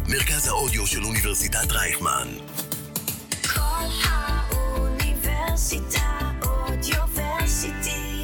מרכז האודיו של אוניברסיטת רייכמן. כל האוניברסיטה אודיוורסיטי.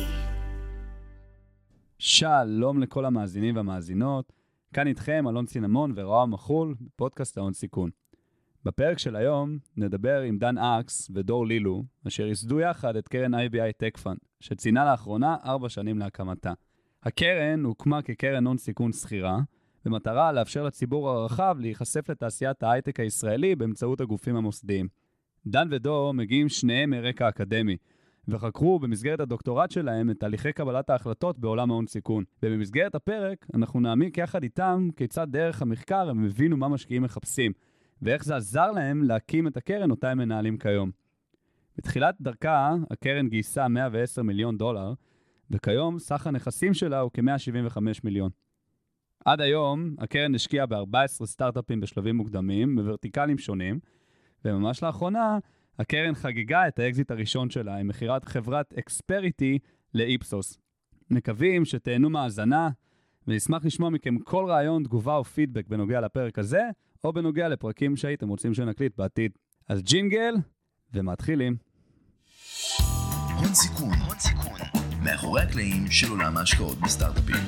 שלום לכל המאזינים והמאזינות, כאן איתכם אלון צינמון ורועם מחול בפודקאסט ההון סיכון. בפרק של היום נדבר עם דן אקס ודור לילו, אשר ייסדו יחד את קרן IBI Tech Fund, שציינה לאחרונה 4 שנים להקמתה. הקרן הוקמה כקרן הון סיכון סחירה, במטרה לאפשר לציבור הרחב להיחשף לתעשיית ההייטק הישראלי באמצעות הגופים המוסדיים. דן ודור מגיעים שניהם מרקע אקדמי, וחקרו במסגרת הדוקטורט שלהם את תהליכי קבלת ההחלטות בעולם ההון סיכון. ובמסגרת הפרק אנחנו נעמיק יחד איתם כיצד דרך המחקר הם הבינו מה משקיעים מחפשים, ואיך זה עזר להם להקים את הקרן אותה הם מנהלים כיום. בתחילת דרכה הקרן גייסה $110 מיליון, וכיום סך הנכסים שלה הוא כ-175 מיליון. עד היום הקרן השקיעה ב-14 סטארט-אפים בשלבים מוקדמים, בוורטיקלים שונים, וממש לאחרונה הקרן חגיגה את האקזיט הראשון שלה עם מחירת חברת אקספריטי לאיפסוס. מקווים שתהנו מהאזנה, ונשמח לשמוע מכם כל רעיון, תגובה או פידבק בנוגע לפרק הזה, או בנוגע לפרקים שהייתם רוצים שנקליט בעתיד. אז ג'ינגל, ומתחילים. הון סיכון, מאחורי הקלעים של עולם ההשקעות בסטארט-אפים.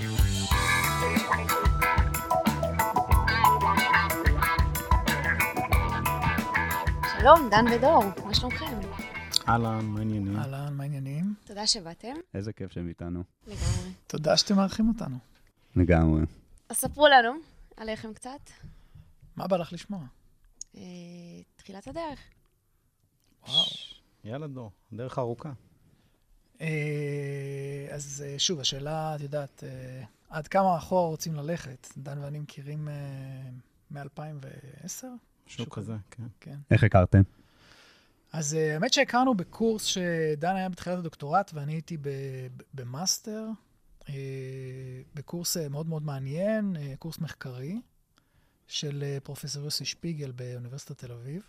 שלום, דן ודור, מה שלומכם? אהלן, מה העניינים? אהלן, מה העניינים? תודה שבאתם. איזה כיף שהם איתנו. לגמרי. תודה שאתם מארחים אותנו. לגמרי. אז ספרו לנו עליכם קצת. מה בא לך לשמוע? תחילת הדרך. וואו. יאללה דור, דרך ארוכה. אז שוב, השאלה, את יודעת, עד כמה אחורה רוצים ללכת? דן ואני מכירים מ-2010? משהו כזה, כן. כן. איך הכרתם? אז האמת שהכרנו בקורס שדן היה בתחילת הדוקטורט, ואני הייתי במאסטר, בקורס מאוד מאוד מעניין, קורס מחקרי, של פרופסור יוסי שפיגל באוניברסיטת תל אביב.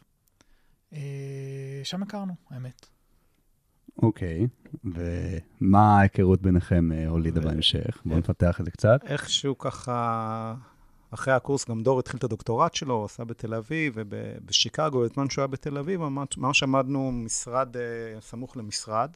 שם הכרנו, האמת. אוקיי, ומה ההיכרות ביניכם הולידה בהמשך? בואו נפתח את זה קצת. איכשהו ככה, אחרי הקורס גם דור התחיל את הדוקטורט שלו, הוא עשה בתל אביב, ובשיקגו, בזמן שהוא היה בתל אביב, ממש עמדנו משרד סמוך למשרד,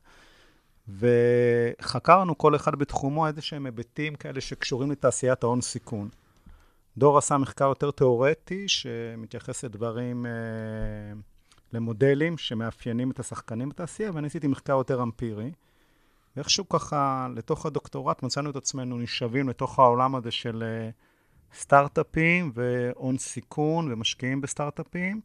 וחקרנו כל אחד בתחומו איזה שהם היבטים כאלה שקשורים לתעשיית ההון סיכון. דור עשה מחקר יותר תיאורטי, שמתייחס לדברים, למודלים שמאפיינים את השחקנים בתעשייה, ואני עשיתי מחקר יותר אמפירי. ואיכשהו ככה, לתוך הדוקטורט, מצאנו את עצמנו נשאבים לתוך העולם הזה של סטארט-אפים והון סיכון ומשקיעים בסטארט-אפים.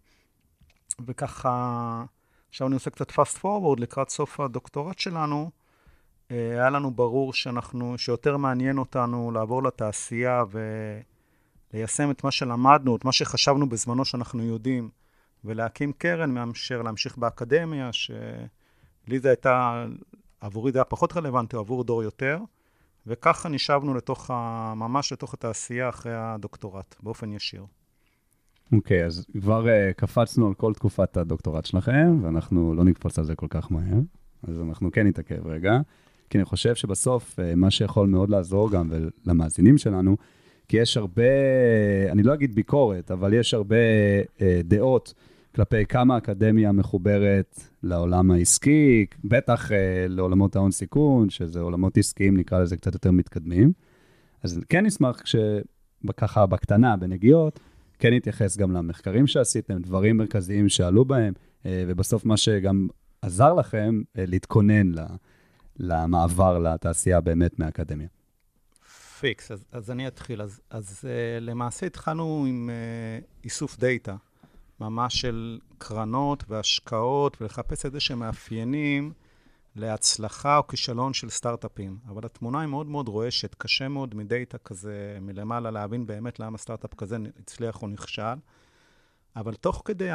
וככה, עכשיו אני עושה קצת fast forward לקראת סוף הדוקטורט שלנו. היה לנו ברור שיותר מעניין אותנו לעבור לתעשייה וליישם את מה שלמדנו, את מה שחשבנו בזמנו שאנחנו יודעים, ולהקים קרן מאשר להמשיך באקדמיה, שלי זה הייתה, עבורי זה היה פחות רלוונטי, עבור דור יותר, וככה נשאבנו ממש לתוך התעשייה אחרי הדוקטורט, באופן ישיר. אוקיי, אז כבר קפצנו על כל תקופת הדוקטורט שלכם, ואנחנו לא נקפוץ על זה כל כך מהר, אז אנחנו כן נתעכב רגע, כי אני חושב שבסוף מה שיכול מאוד לעזור גם למאזינים שלנו, כי יש הרבה, אני לא אגיד ביקורת, אבל יש הרבה דעות כלפי כמה האקדמיה מחוברת לעולם העסקי, בטח לעולמות ההון סיכון, שזה עולמות עסקיים, נקרא לזה קצת יותר מתקדמים. אז כן נשמח שככה בקטנה, בנגיעות, כן נתייחס גם למחקרים שעשיתם, דברים מרכזיים שעלו בהם, ובסוף מה שגם עזר לכם להתכונן למעבר לתעשייה באמת מהאקדמיה. פיקס, אז אני אתחיל. אז למעשה התחלנו עם איסוף דאטה, ממש של קרנות והשקעות, ולחפש איזה שמאפיינים להצלחה או כישלון של סטארט-אפים. אבל התמונה היא מאוד מאוד רועשת, קשה מאוד מדאטה כזה, מלמעלה להבין באמת למה סטארט-אפ כזה הצליח או נכשל. אבל תוך כדי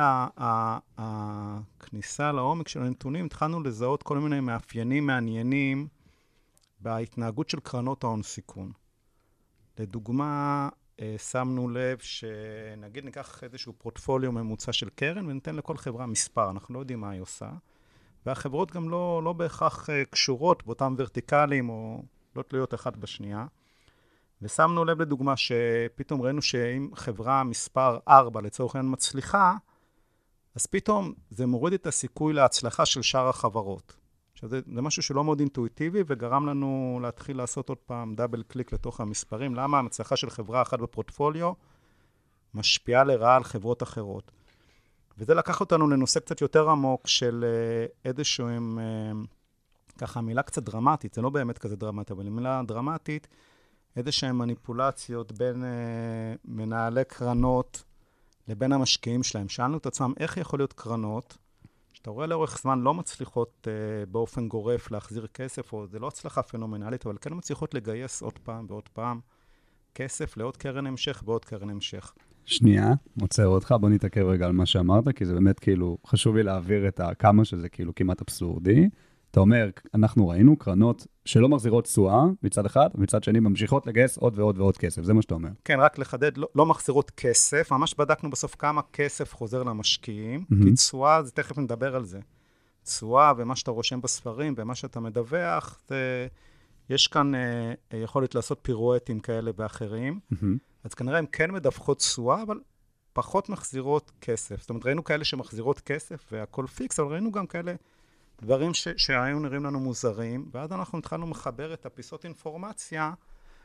הכניסה לעומק של הנתונים, התחלנו לזהות כל מיני מאפיינים מעניינים בהתנהגות של קרנות ההון סיכון. לדוגמה, שמנו לב שנגיד ניקח איזשהו פורטפוליו ממוצע של קרן, וניתן לכל חברה מספר, אנחנו לא יודעים מה היא עושה. והחברות גם לא בהכרח קשורות באותם ורטיקלים, או לא תלויות אחת בשנייה. ושמנו לב לדוגמה שפתאום ראינו שאם חברה מספר 4 לצורך העניין מצליחה, אז פתאום זה מוריד את הסיכוי להצלחה של שאר החברות. עכשיו זה משהו שלא מאוד אינטואיטיבי, וגרם לנו להתחיל לעשות עוד פעם דאבל קליק לתוך המספרים. למה המצלחה של חברה אחת בפורטפוליו משפיעה לרעה על חברות אחרות. וזה לקח אותנו לנושא קצת יותר עמוק של איזשהו, ככה מילה קצת דרמטית, זה לא באמת כזה דרמטי, אבל מילה דרמטית, איזשהם מניפולציות בין מנהלי קרנות לבין המשקיעים שלהם. שאלנו את עצמם איך יכול להיות קרנות, שאתה רואה לאורך זמן לא מצליחות באופן גורף להחזיר כסף, או זה לא הצלחה פנומנלית, אבל כן מצליחות לגייס עוד פעם ועוד פעם כסף לעוד קרן המשך ועוד קרן המשך. שנייה, מוצא אותך, בוא נתעכב רגע על מה שאמרת, כי זה באמת כאילו, חשוב לי להעביר את כמה שזה כאילו כמעט אבסורדי. אתה אומר, אנחנו ראינו קרנות שלא מחזירות תשואה מצד אחד, ומצד שני ממשיכות לגייס עוד ועוד ועוד כסף, זה מה שאתה אומר. כן, רק לחדד, לא מחזירות כסף, ממש בדקנו בסוף כמה כסף חוזר למשקיעים, כי תשואה, זה תכף נדבר על זה. תשואה ומה שאתה רושם בספרים ומה שאתה מדווח, יש כאן יכולת לעשות פירואטים כאלה ואחרים, אז כנראה הם כן מדווחות תשואה, אבל פחות מחזירות כסף. זאת אומרת, ראינו כאלה שמחזירות כסף והכל פיקס, אבל ראינו גם כאלה דברים שהיו נראים לנו מוזרים, ואז אנחנו התחלנו מחבר את הפיסות אינפורמציה,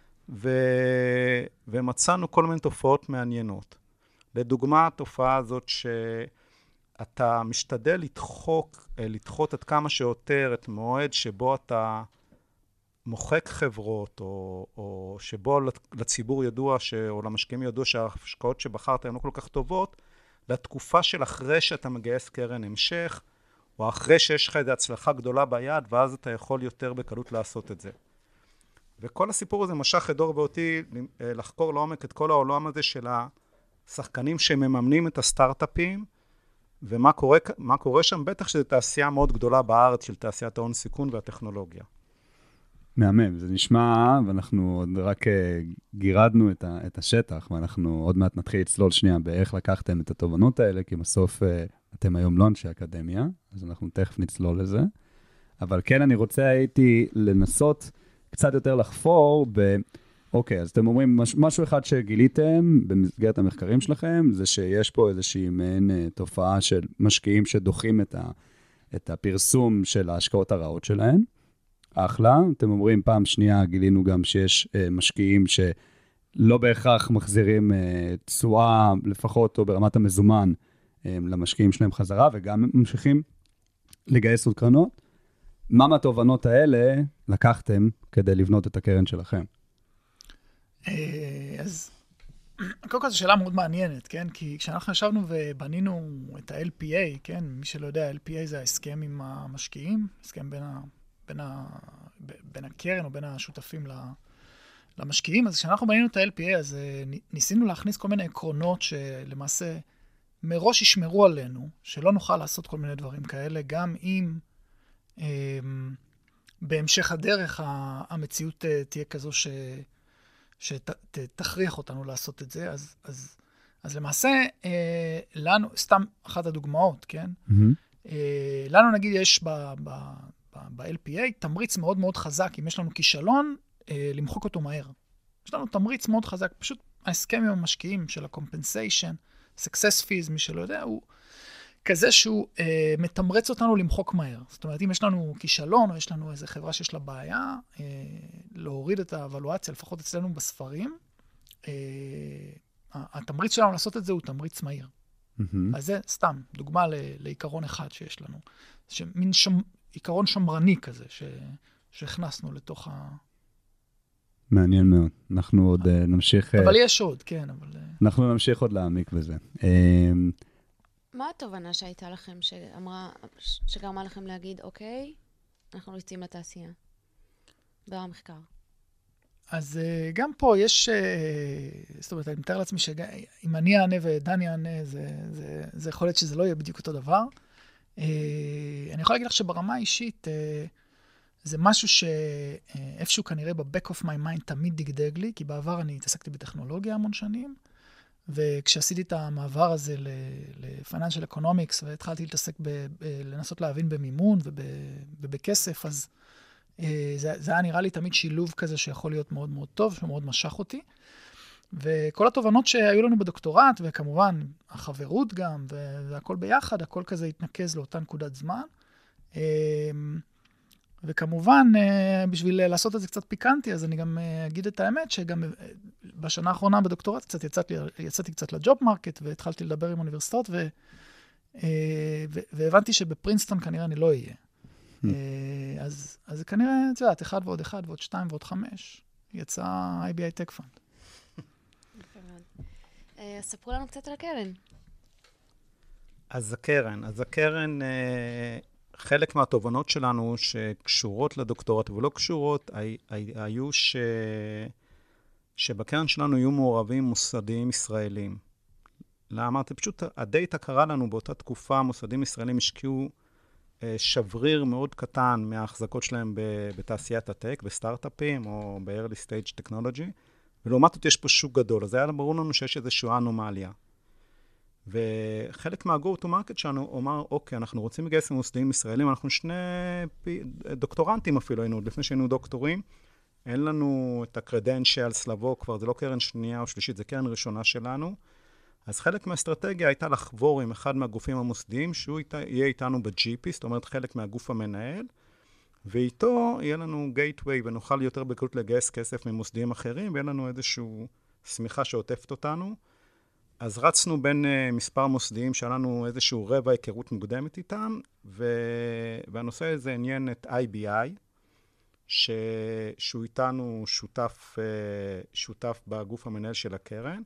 ומצאנו כל מיני תופעות מעניינות. לדוגמה, התופעה הזאת שאתה משתדל לדחות עד כמה שיותר את מועד שבו אתה מוחק חברות, או שבו לציבור ידוע, או למשקיעים ידוע שההשקעות שבחרת הן לא כל כך טובות, לתקופה של אחרי שאתה מגייס קרן המשך, או אחרי שיש לך איזו הצלחה גדולה ביד, ואז אתה יכול יותר בקלות לעשות את זה. וכל הסיפור הזה משך את דור ואותי לחקור לעומק את כל העולם הזה של השחקנים שמממנים את הסטארט-אפים, ומה קורה שם, בטח שזו תעשייה מאוד גדולה בארץ של תעשיית ההון סיכון והטכנולוגיה. מהמם, זה נשמע, ואנחנו עוד רק גירדנו את השטח, ואנחנו עוד מעט נתחיל לצלול שנייה באיך לקחתם את התובנות האלה, כי בסוף אתם היום לא אנשי אקדמיה, אז אנחנו תכף נצלול לזה. אבל כן, אני הייתי לנסות קצת יותר לחפור אוקיי, אז אתם אומרים, משהו אחד שגיליתם במסגרת המחקרים שלכם, זה שיש פה איזושהי מעין תופעה של משקיעים שדוחים את הפרסום של ההשקעות הרעות שלהם. אחלה, אתם אומרים פעם שנייה, גילינו גם שיש משקיעים שלא בהכרח מחזירים תשואה לפחות או ברמת המזומן למשקיעים שלהם חזרה, וגם ממשיכים לגייס עוד קרנות. מה מהתובנות האלה לקחתם כדי לבנות את הקרן שלכם? אז קודם כל זו שאלה מאוד מעניינת, כן? כי כשאנחנו ישבנו ובנינו את ה-LPA, כן? מי שלא יודע, ה-LPA זה ההסכם עם המשקיעים, הסכם בין הקרן או בין השותפים למשקיעים. אז כשאנחנו בנינו את ה-LPA, אז ניסינו להכניס כל מיני עקרונות שלמעשה מראש ישמרו עלינו, שלא נוכל לעשות כל מיני דברים כאלה, גם אם בהמשך הדרך המציאות תהיה כזו שתכריח אותנו לעשות את זה. אז למעשה, לנו, סתם אחת הדוגמאות, כן? לנו נגיד יש ב-LPA תמריץ מאוד מאוד חזק, אם יש לנו כישלון, למחוק אותו מהר. יש לנו תמריץ מאוד חזק, פשוט ההסכם עם המשקיעים של ה-compensation, success fees, מי שלא יודע, הוא כזה שהוא מתמרץ אותנו למחוק מהר. זאת אומרת, אם יש לנו כישלון, או יש לנו איזו חברה שיש לה בעיה, להוריד את האבלואציה, לפחות אצלנו בספרים, התמריץ שלנו לעשות את זה הוא תמריץ מהיר. אז זה סתם, דוגמה לעיקרון אחד שיש לנו. מין עיקרון שמרני כזה, שהכנסנו לתוך מעניין מאוד. אנחנו עוד נמשיך... אבל יש עוד, כן, אבל... אנחנו נמשיך עוד להעמיק בזה. מה התובנה שהייתה לכם, שגרמה לכם להגיד, אוקיי, אנחנו יוצאים לתעשייה? במחקר. אז גם פה יש, זאת אומרת, אני מתאר לעצמי שאם אני אענה ודני יענה, זה יכול להיות שזה לא יהיה בדיוק אותו דבר. אני יכול להגיד לך שברמה האישית, זה משהו שאיפשהו כנראה ב-back of my mind תמיד דגדג לי, כי בעבר אני התעסקתי בטכנולוגיה המון שנים, וכשעשיתי את המעבר הזה ל-financial economics, והתחלתי להתעסק לנסות להבין במימון ובכסף, אז זה היה נראה לי תמיד שילוב כזה שיכול להיות מאוד מאוד טוב, שמאוד משך אותי. וכל התובנות שהיו לנו בדוקטורט, וכמובן החברות גם, והכל ביחד, הכל כזה התנקז לאותה נקודת זמן. וכמובן, בשביל לעשות את זה קצת פיקנטי, אז אני גם אגיד את האמת, שגם בשנה האחרונה בדוקטורט קצת יצאתי קצת לג'וב מרקט, והתחלתי לדבר עם אוניברסיטאות, והבנתי שבפרינסטון כנראה אני לא אהיה. אז כנראה, את יודעת, 1 ועוד 1 ועוד 2 ועוד 5, יצא IBI Tech Fund. ספרו לנו קצת על הקרן. אז הקרן, חלק מהתובנות שלנו שקשורות לדוקטורט ולא קשורות, היו שבקרן שלנו יהיו מעורבים מוסדיים ישראלים. למה? זה פשוט, הדאטה קרה לנו באותה תקופה, מוסדים ישראלים השקיעו שבריר מאוד קטן מההחזקות שלהם בתעשיית הטק, בסטארט-אפים או ב-early stage technology, ולעומת זאת יש פה שוק גדול, אז היה ברור לנו שיש איזושהי אנומליה. וחלק מה-go-to-market שלנו אומר, אוקיי, אנחנו רוצים לגייס מוסדיים ישראלים, אנחנו 2 דוקטורנטים אפילו היינו, לפני שהיינו דוקטורים, אין לנו את ה-credentials לבוא כבר, זה לא קרן שנייה או שלישית, זה קרן ראשונה שלנו. אז חלק מהאסטרטגיה הייתה לחבור עם אחד מהגופים המוסדיים, שהוא יהיה איתנו ב-GP, זאת אומרת חלק מהגוף המנהל, ואיתו יהיה לנו gateway ונוכל יותר בקלות לגייס כסף ממוסדיים אחרים, ויהיה לנו איזושהי סמיכה שעוטפת אותנו. אז רצנו בין מספר מוסדיים שהיה לנו איזשהו רבע היכרות מוקדמת איתם, והנושא הזה עניין את IBI, שהוא איתנו שותף בגוף המנהל של הקרן,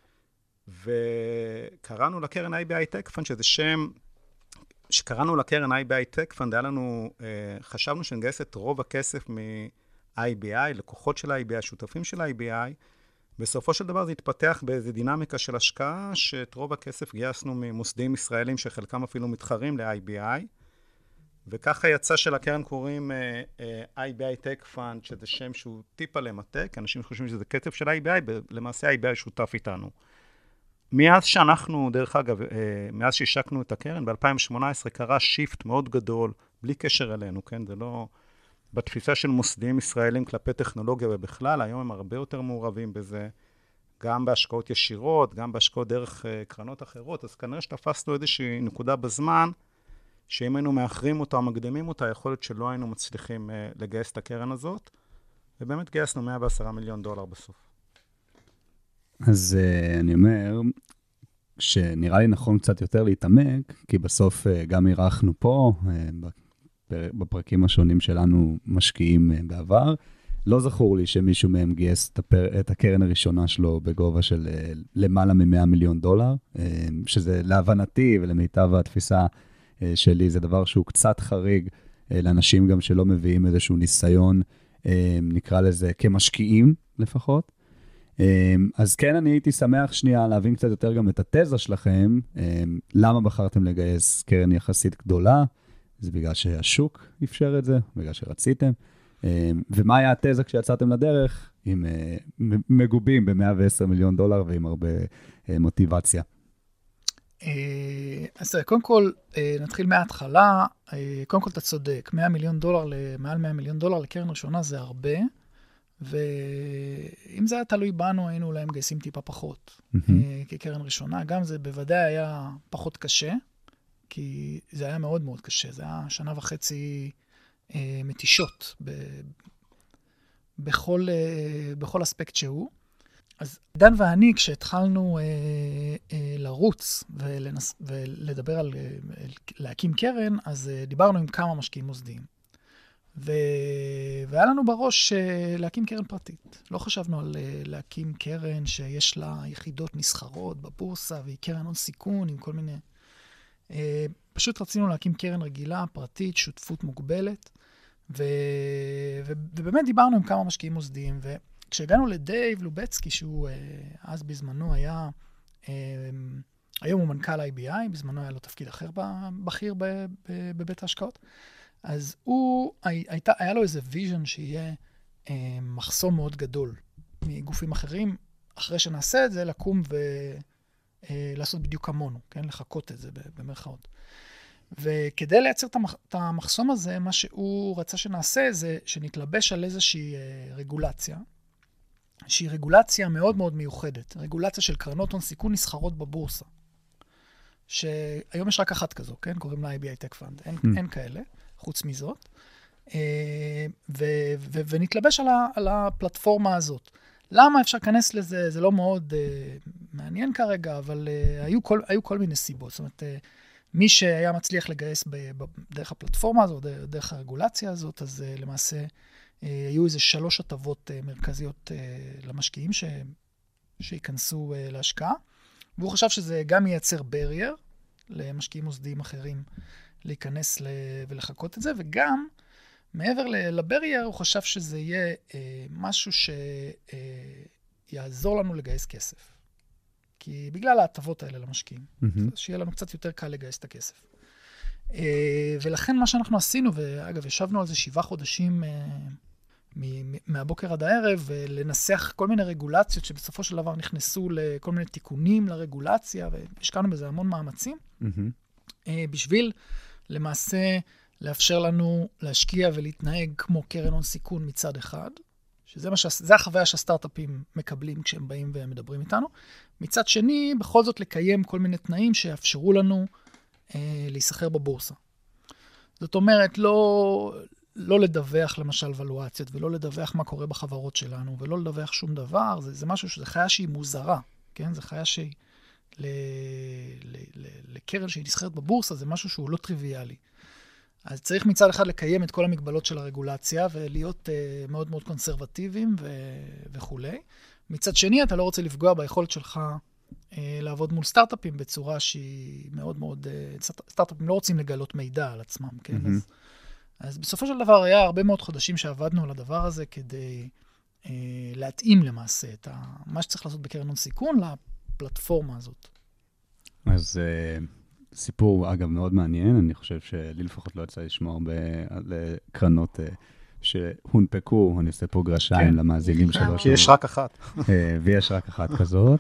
וקראנו לקרן IBI Tech Fund, שזה שם, שקראנו לקרן IBI Tech Fund, היה לנו, חשבנו שנגייס את רוב הכסף מ-IBI, לקוחות של IBI, שותפים של IBI, בסופו של דבר זה התפתח באיזו דינמיקה של השקעה, שאת רוב הכסף גייסנו ממוסדים ישראלים, שחלקם אפילו מתחרים ל-IBI, וככה יצא שלקרן קוראים IBI Tech Fund, שזה שם שהוא טיפה למטק, אנשים חושבים שזה כסף של IBI, למעשה IBI שותף איתנו. מאז שאנחנו, דרך אגב, מאז שהשקנו את הקרן, ב-2018 קרה שיפט מאוד גדול, בלי קשר אלינו, כן? זה לא... בתפיסה של מוסדים ישראלים כלפי טכנולוגיה ובכלל, היום הם הרבה יותר מעורבים בזה, גם בהשקעות ישירות, גם בהשקעות דרך קרנות אחרות, אז כנראה שתפסנו איזושהי נקודה בזמן, שאם היינו מאחרים אותה או מקדמים אותה, יכול להיות שלא היינו מצליחים לגייס את הקרן הזאת, ובאמת גייסנו $110 מיליון בסוף. אז אני אומר, שנראה לי נכון קצת יותר להתעמק, כי בסוף גם אירחנו פה, בפרקים השונים שלנו משקיעים בעבר. לא זכור לי שמישהו מהם גייס את הקרן הראשונה שלו בגובה של למעלה $100 מיליון, שזה להבנתי ולמיטב התפיסה שלי, זה דבר שהוא קצת חריג לאנשים גם שלא מביאים איזשהו ניסיון, נקרא לזה כמשקיעים לפחות. אז כן, אני הייתי שמח שנייה להבין קצת יותר גם את התזה שלכם, למה בחרתם לגייס קרן יחסית גדולה, זה בגלל שהשוק אפשר את זה, בגלל שרציתם, ומה היה התזה כשיצאתם לדרך, עם מגובים ב$110 מיליון ועם הרבה מוטיבציה. אז קודם כל, נתחיל מההתחלה, קודם כל אתה צודק, $100 מיליון, מעל $100 מיליון לקרן ראשונה זה הרבה, ואם זה היה תלוי בנו, היינו אולי מגייסים טיפה פחות כקרן ראשונה, גם זה בוודאי היה פחות קשה, כי זה היה מאוד מאוד קשה, זה היה 1.5 מתישות בכל אספקט שהוא. אז דן ואני, כשהתחלנו לרוץ ולדבר על להקים קרן, אז דיברנו עם כמה משקיעים מוסדיים. והיה לנו בראש להקים קרן פרטית. לא חשבנו על להקים קרן שיש לה יחידות נסחרות בבורסה, והיא קרן הון סיכון עם כל מיני... פשוט רצינו להקים קרן רגילה, פרטית, שותפות מוגבלת, ובאמת דיברנו עם כמה משקיעים מוסדיים, וכשהגענו לדייב לובצקי, שהוא אז בזמנו היה, היום הוא מנכ"ל IBI, בזמנו היה לו תפקיד אחר בכיר בבית ההשקעות, אז היה לו איזה ויז'ן שיהיה מחסום מאוד גדול מגופים אחרים, אחרי שנעשה את זה, לקום לעשות בדיוק כמונו, כן? לחכות את זה במרכאות. וכדי לייצר את המחסום הזה, מה שהוא רצה שנעשה זה שנתלבש על איזושהי רגולציה, שהיא רגולציה מאוד מאוד מיוחדת, רגולציה של קרנות הון סיכון נסחרות בבורסה, שהיום יש רק אחת כזו, כן? קוראים לה IBI Tech Fund, אין כאלה, חוץ מזאת, ונתלבש על הפלטפורמה הזאת. למה אפשר להיכנס לזה? זה לא מאוד מעניין כרגע, אבל היו כל מיני סיבות. זאת אומרת, מי שהיה מצליח לגייס דרך הפלטפורמה הזאת, דרך הרגולציה הזאת, אז למעשה היו איזה 3 הטבות מרכזיות למשקיעים שיכנסו להשקעה, והוא חשב שזה גם ייצר ברייר למשקיעים מוסדיים אחרים להיכנס ולחכות את זה, וגם מעבר לברייר הוא חשב שזה יהיה משהו שיעזור לנו לגייס כסף. כי בגלל ההטבות האלה למשקיעים, שיהיה לנו קצת יותר קל לגייס את הכסף. ולכן מה שאנחנו עשינו, ואגב, ישבנו על זה 7 חודשים מהבוקר עד הערב, לנסח כל מיני רגולציות שבסופו של דבר נכנסו לכל מיני תיקונים לרגולציה, והשקענו בזה המון מאמצים, בשביל למעשה לאפשר לנו להשקיע ולהתנהג כמו קרן הון סיכון מצד אחד, שזה החוויה שהסטארט-אפים מקבלים כשהם באים ומדברים איתנו. מצד שני, בכל זאת לקיים כל מיני תנאים שיאפשרו לנו להיסחר בבורסה. זאת אומרת, לא לדווח למשל ולואציות, ולא לדווח מה קורה בחברות שלנו, ולא לדווח שום דבר. זה משהו, זה חיה שהיא מוזרה, כן? זה חיה שהיא לקרן שהיא נסחרת בבורסה, זה משהו שהוא לא טריוויאלי. אז צריך מצד אחד לקיים את כל המגבלות של הרגולציה, ולהיות מאוד מאוד קונסרבטיביים וכו'. מצד שני, אתה לא רוצה לפגוע ביכולת שלך לעבוד מול סטארט-אפים בצורה שהיא מאוד מאוד... סטארט-אפים לא רוצים לגלות מידע על עצמם, כן? אז בסופו של דבר היה הרבה מאוד חודשים שעבדנו על הדבר הזה כדי להתאים למעשה את מה שצריך לעשות בקרן הון סיכון לפלטפורמה הזאת. אז סיפור, אגב, מאוד מעניין. אני חושב שלי לפחות לא יצא לשמוע על קרנות שהונפקו, אני עושה פה גרשיים למאזינים שלו. כי יש רק אחת. ויש רק אחת כזאת.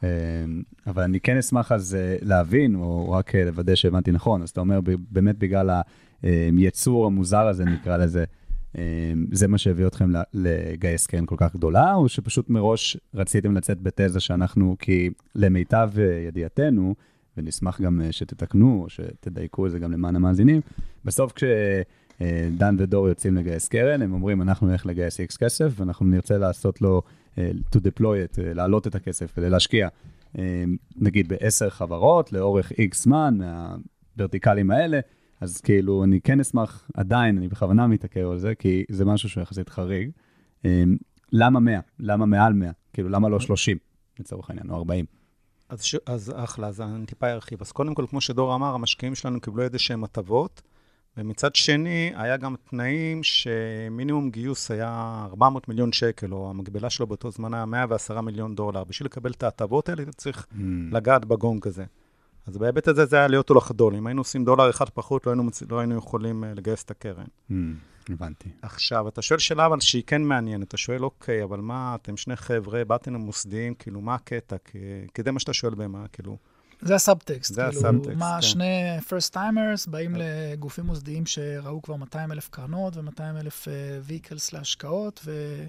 אבל אני כן אשמח אז להבין, או רק לוודא שהבנתי נכון. אז אתה אומר, באמת בגלל היצור המוזר הזה, נקרא לזה, זה מה שהביא אתכם לגייס קרן כל כך גדולה, או שפשוט מראש רציתם לצאת בתזה שאנחנו, כי למיטב ידיעתנו, ונשמח גם שתתקנו, או שתדייקו את זה גם למען המאזינים, בסוף כשדן ודור יוצאים לגייס קרן, הם אומרים, אנחנו נלך לגייס X כסף, ואנחנו נרצה לעשות לו, to deploy it, להעלות את הכסף כדי להשקיע, נגיד ב10 חברות, לאורך X זמן, מהוורטיקלים האלה, אז כאילו אני כן אשמח, עדיין, אני בכוונה מתעכב על זה, כי זה משהו שיחסית חריג. למה 100? למה מעל 100? כאילו, למה לא 30? לצורך העניין, או 40? אז אחלה, אז אני טיפה ארחיב. אז קודם כל, כמו שדור אמר, המשקיעים שלנו קיבלו איזשהם הטבות, ומצד שני, היה גם תנאים שמינימום גיוס היה 400 מיליון שקל, או המגבלה שלו באותו זמן היה 110 מיליון דולר. בשביל לקבל את ההטבות האלה, אתה צריך לגעת בגונג הזה. אז בהיבט הזה זה היה להיות או לחדול. אם היינו עושים דולר אחד פחות, לא היינו יכולים לגייס את הקרן. הבנתי. עכשיו, אתה שואל שאלה, אבל שהיא כן מעניינת. אתה שואל, אוקיי, אבל מה, אתם שני חבר'ה, באתם למוסדיים, כאילו, מה הקטע? כי זה מה שאתה שואל במה, כאילו... זה הסאבטקסט. זה הסאבטקסט, מה, כן. שני first timers באים לגופים מוסדיים שראו כבר 200,000 קרנות ו200,000 vehicles להשקעות,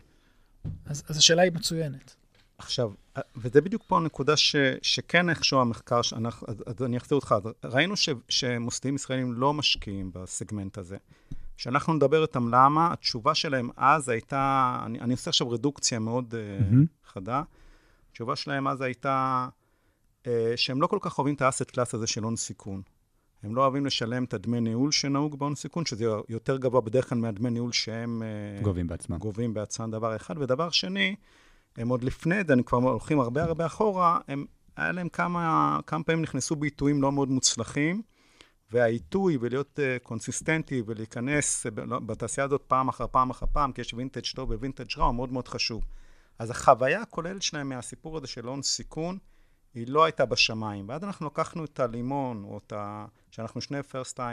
אז השאלה היא מצוינת. עכשיו, וזה בדיוק פה הנקודה שכן איכשהו המחקר, אז אני אחזיר אותך, ראינו שמוסדיים ישראלים לא משקיעים בסגמנט הזה. כשאנחנו נדבר איתם למה, התשובה שלהם אז הייתה, אני עושה עכשיו רדוקציה מאוד חדה, התשובה שלהם אז הייתה שהם לא כל כך אוהבים את האסט קלאס הזה של הון סיכון. הם לא אוהבים לשלם את הדמי ניהול שנהוג בהון סיכון, שזה יותר גבוה בדרך כלל מהדמי ניהול שהם גובים בעצמם דבר אחד. ודבר שני, הם עוד לפני זה, אני כבר הולכים הרבה אחורה, היה להם כמה פעמים נכנסו בעיתויים לא מאוד מוצלחים, והעיתוי ולהיות קונסיסטנטי ולהיכנס בתעשייה הזאת פעם אחר פעם, כי יש וינטג' טוב ווינטג' רע, הוא מאוד מאוד חשוב. אז החוויה הכוללת שלהם מהסיפור הזה של הון סיכון, היא לא הייתה בשמיים. ועד אנחנו לקחנו את הלימון, או שאנחנו שני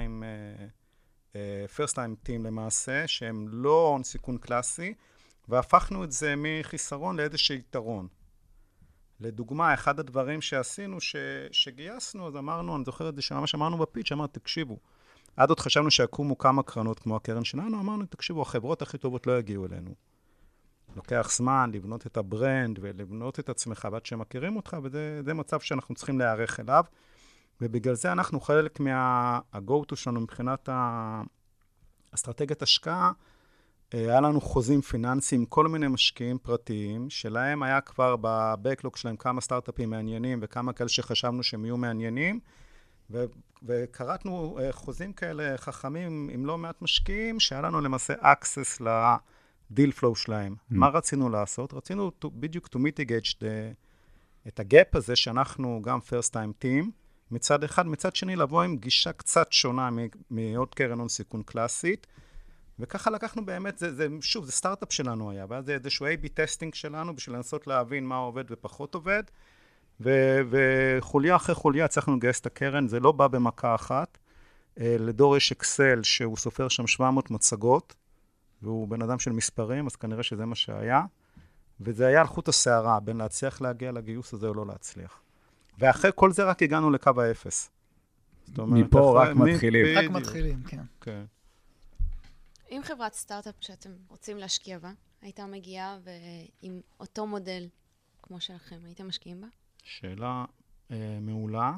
first time team למעשה, שהם לא הון סיכון קלאסי, והפכנו את זה מחיסרון לאיזשהו יתרון. לדוגמה, אחד הדברים שעשינו, שגייסנו, אז אמרנו, אני זוכר את זה שממש אמרנו בפיץ', אמרנו, תקשיבו, עד עוד חשבנו שיקומו כמה קרנות כמו הקרן שלנו, אמרנו, תקשיבו, החברות הכי טובות לא יגיעו אלינו. לוקח זמן לבנות את הברנד ולבנות את עצמך, ועד שמכירים אותך, וזה מצב שאנחנו צריכים להיערך אליו, ובגלל זה אנחנו חלק מה-go-to שלנו מבחינת האסטרטגיית השקעה, היה לנו חוזים פיננסיים, כל מיני משקיעים פרטיים, שלהם היה כבר בבקלוג שלהם כמה סטארט-אפים מעניינים, וכמה כאלה שחשבנו שהם יהיו מעניינים, וקראתנו חוזים כאלה חכמים עם לא מעט משקיעים, שהיה לנו למעשה access לדיל פלואו שלהם. מה רצינו לעשות? רצינו בדיוק to mitigate את הגאפ הזה, שאנחנו גם first time team, מצד אחד, מצד שני לבוא עם גישה קצת שונה מעוד קרן הון סיכון קלאסית, וככה לקחנו באמת, שוב, זה סטארט-אפ שלנו היה, ואז זה איזשהו A-B טסטינג שלנו, בשביל לנסות להבין מה עובד ופחות עובד, וחוליה אחרי חוליה הצלחנו לגייס את הקרן, זה לא בא במכה אחת, לדור יש אקסל שהוא סופר שם 700 מצגות, והוא בן אדם של מספרים, אז כנראה שזה מה שהיה, וזה היה על חוט השערה, בין להצליח להגיע לגיוס הזה או לא להצליח. ואחרי כל זה רק הגענו לקו האפס. מפה רק מתחילים. רק מתחילים, כן. כן. אם חברת סטארט-אפ שאתם רוצים להשקיע בה, הייתה מגיעה ועם אותו מודל כמו שלכם, הייתם משקיעים בה? שאלה מעולה.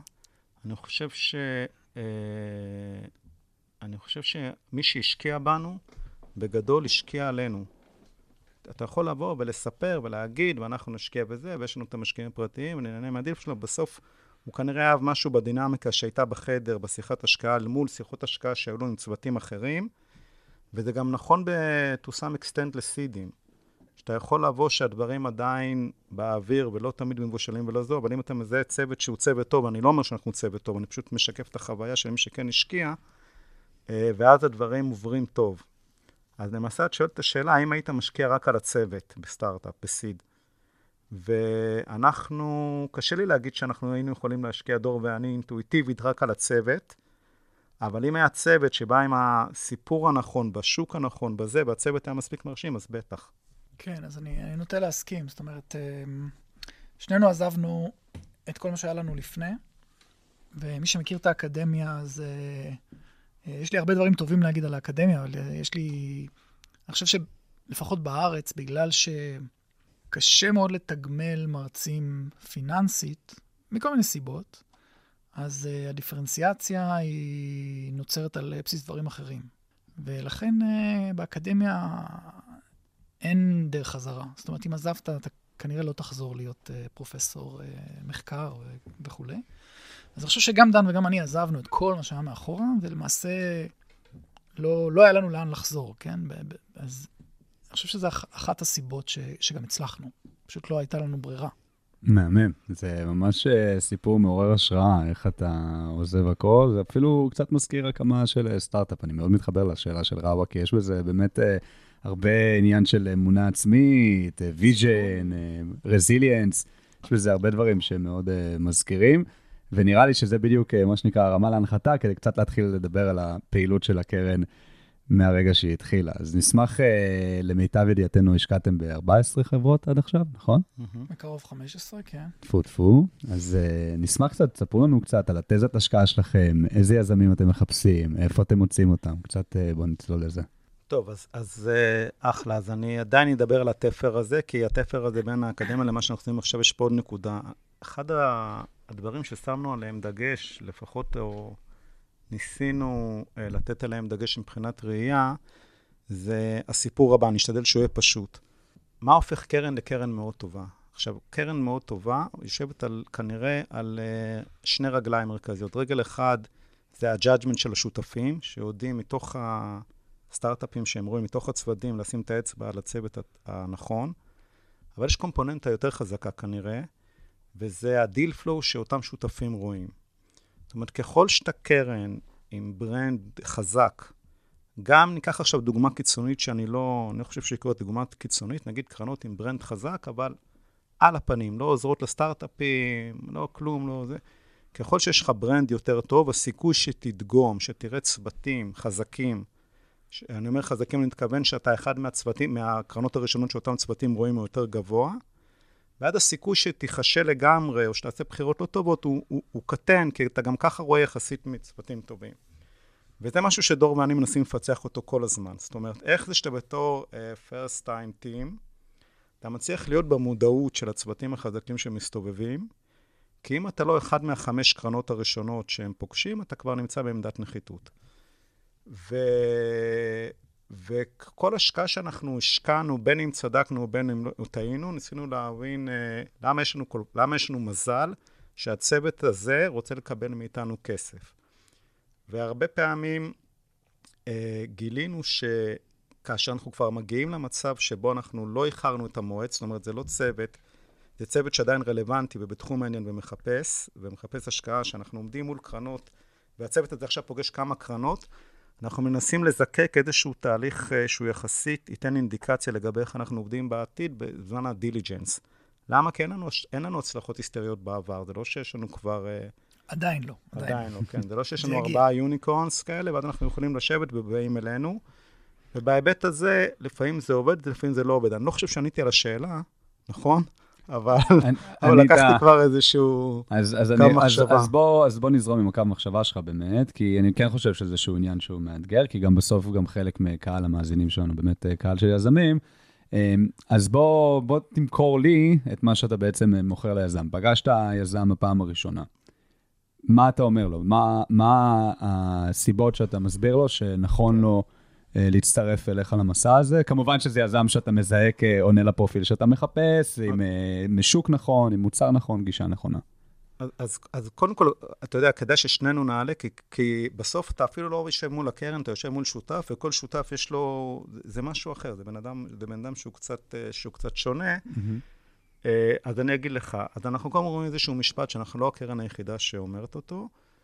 אני חושב שמי שהשקיע בנו, בגדול השקיע עלינו. אתה יכול לבוא ולספר ולהגיד, ואנחנו נשקיע בזה, ויש לנו את המשקיעים הפרטיים, ונהנה מהדיל שלו, בסוף הוא כנראה אהב משהו בדינמיקה שהייתה בחדר, בשיחת השקעה, מול שיחות השקעה שהיו לו עם צוותים אחרים, וזה גם נכון to some extent לסידים, שאתה יכול לבוא שהדברים עדיין באוויר, ולא תמיד מבושלים ולא זו, אבל אם אתה מזהה צוות שהוא צוות טוב, אני לא אומר שאנחנו צוות טוב, אני פשוט משקף את החוויה של מי שכן השקיע, ואז הדברים עוברים טוב. אז למעשה את שואלת את השאלה, האם היית משקיע רק על הצוות בסטארט-אפ, בסיד? ואנחנו, קשה לי להגיד שאנחנו היינו יכולים להשקיע, דור ואני אינטואיטיבית רק על הצוות, אבל אם היה צוות שבא עם הסיפור הנכון, בשוק הנכון, בזה, והצוות היה מספיק מרשים, אז בטח. כן, אז אני נוטה להסכים. זאת אומרת, שנינו עזבנו את כל מה שהיה לנו לפני, ומי שמכיר את האקדמיה, אז יש לי הרבה דברים טובים להגיד על האקדמיה, אבל אני חושב שלפחות בארץ, בגלל שקשה מאוד לתגמל מרצים פיננסית, מכל מיני סיבות, אז הדיפרנציאציה היא נוצרת על בסיס דברים אחרים. ולכן באקדמיה אין דרך חזרה. זאת אומרת, אם עזבת, אתה כנראה לא תחזור להיות פרופסור מחקר וכו'. אז אני חושב שגם דן וגם אני עזבנו את כל מה שהיה מאחורה, ולמעשה לא היה לנו לאן לחזור, כן? אז אני חושב שזו אחת הסיבות שגם הצלחנו. פשוט לא הייתה לנו ברירה. מהמם. זה ממש סיפור מעורר השראה, איך אתה עוזב הכל. זה אפילו קצת מזכיר הקמה של סטארט-אפ. אני מאוד מתחבר לשאלה של ראווה, כי יש בזה באמת הרבה עניין של אמונה עצמית, ויז'ן, רזיליאנס. יש בזה הרבה דברים שמאוד מזכירים. ונראה לי שזה בדיוק מה שנקרא הרמה להנחתה, כדי קצת להתחיל לדבר על הפעילות של הקרן מהרגע שהיא התחילה. אז נשמח, למיטב ידיעתנו, השקעתם ב-14 חברות עד עכשיו, נכון? בקרוב 15, כן. טפו. אז נשמח קצת, תספרו לנו קצת על התזת השקעה שלכם, איזה יזמים אתם מחפשים, איפה אתם מוצאים אותם. קצת בואו נצלול לזה. טוב, אז אחלה. אז אני עדיין אדבר על התפר הזה, כי התפר הזה בין האקדמיה למה שאנחנו עושים עכשיו, יש פה עוד נקודה. אחד הדברים ששמנו עליהם דגש, לפחות או ניסינו לתת עליהם דגש מבחינת ראייה, זה הסיפור הבא, נשתדל שהוא יהיה פשוט. מה הופך קרן לקרן מאוד טובה? עכשיו, קרן מאוד טובה יושבת כנראה על שני רגליים מרכזיות. רגל אחד זה הג'אג'מנט של השותפים, שיודעים מתוך הסטארט-אפים שהם רואים, מתוך הצוותים, לשים את האצבע על הצוות הנכון. אבל יש קומפוננטה יותר חזקה כנראה, וזה הדיל פלואו שאותם שותפים רואים. זאת אומרת, ככל שאתה קרן עם ברנד חזק, גם ניקח עכשיו דוגמה קיצונית שאני לא חושב שיקרה דוגמה קיצונית, נגיד קרנות עם ברנד חזק, אבל על הפנים, לא עוזרות לסטארט-אפים, לא כלום, לא זה. ככל שיש לך ברנד יותר טוב, הסיכוי שתדגום, שתראה צוותים חזקים, אני אומר חזקים, אני מתכוון שאתה אחד מהצוותים, מהקרנות הראשונות שאותם צוותים רואים הוא יותר גבוה, ועד הסיכוי שתיחשל לגמרי, או שתעשה בחירות לא טובות, הוא קטן, כי אתה גם ככה רואה יחסית מצוותים טובים. וזה משהו שדור ואני מנסים לפצח אותו כל הזמן. זאת אומרת, איך זה שאתה בתור first time team, אתה מצליח להיות במודעות של הצוותים החזקים שמסתובבים, כי אם אתה לא אחד מהחמש קרנות הראשונות שהם פוגשים, אתה כבר נמצא בעמדת נחיתות. וכל השקעה שאנחנו השקענו, בין אם צדקנו ובין אם טעינו, ניסינו להבין למה יש לנו מזל שהצוות הזה רוצה לקבל מאיתנו כסף. והרבה פעמים גילינו שכאשר אנחנו כבר מגיעים למצב שבו אנחנו לא איחרנו את המועד, זאת אומרת, זה לא צוות, זה צוות שעדיין רלוונטי ובתחום העניין ומחפש השקעה שאנחנו עומדים מול קרנות, והצוות הזה עכשיו פוגש כמה קרנות, אנחנו מנסים לזקק איזשהו תהליך שהוא יחסית, ייתן אינדיקציה לגבי איך אנחנו עובדים בעתיד בזמן הדיליג'נס. למה? כי אין לנו הצלחות היסטריות בעבר, זה לא שיש לנו כבר... עדיין לא. עדיין לא, כן. זה לא שיש לנו 4 יוניקורנס כאלה, ואז אנחנו יכולים לשבת ובאים אלינו, ובהיבט הזה, לפעמים זה עובד, לפעמים זה לא עובד. אני לא חושב שעניתי על השאלה, נכון? אבל לקחתי כבר איזשהו קו מחשבה. אז בוא נזרום עם הקו מחשבה שלך באמת, כי אני כן חושב שזה איזשהו עניין שהוא מאתגר, כי גם בסוף הוא גם חלק מקהל המאזינים שלנו, באמת קהל של יזמים. אז בוא תמכור לי את מה שאתה בעצם מוכר ליזם. פגשת היזם הפעם הראשונה. מה אתה אומר לו? מה הסיבות שאתה מסביר לו שנכון לו להצטרף אליך למסע הזה? כמובן שזה יזם שאתה מזהה כעונה לפרופיל שאתה מחפש, עם משוק נכון, עם מוצר נכון, גישה נכונה. אז קודם כל, אתה יודע, כדאי ששנינו נעלה, כי בסוף אתה אפילו לא יושב מול הקרן, אתה יושב מול שותף, וכל שותף יש לו, זה משהו אחר, זה בן אדם שהוא קצת שונה. אז אני אגיד לך, אז אנחנו קודם רואים איזשהו משפט שאנחנו לא הקרן היחידה שאומרת אותו.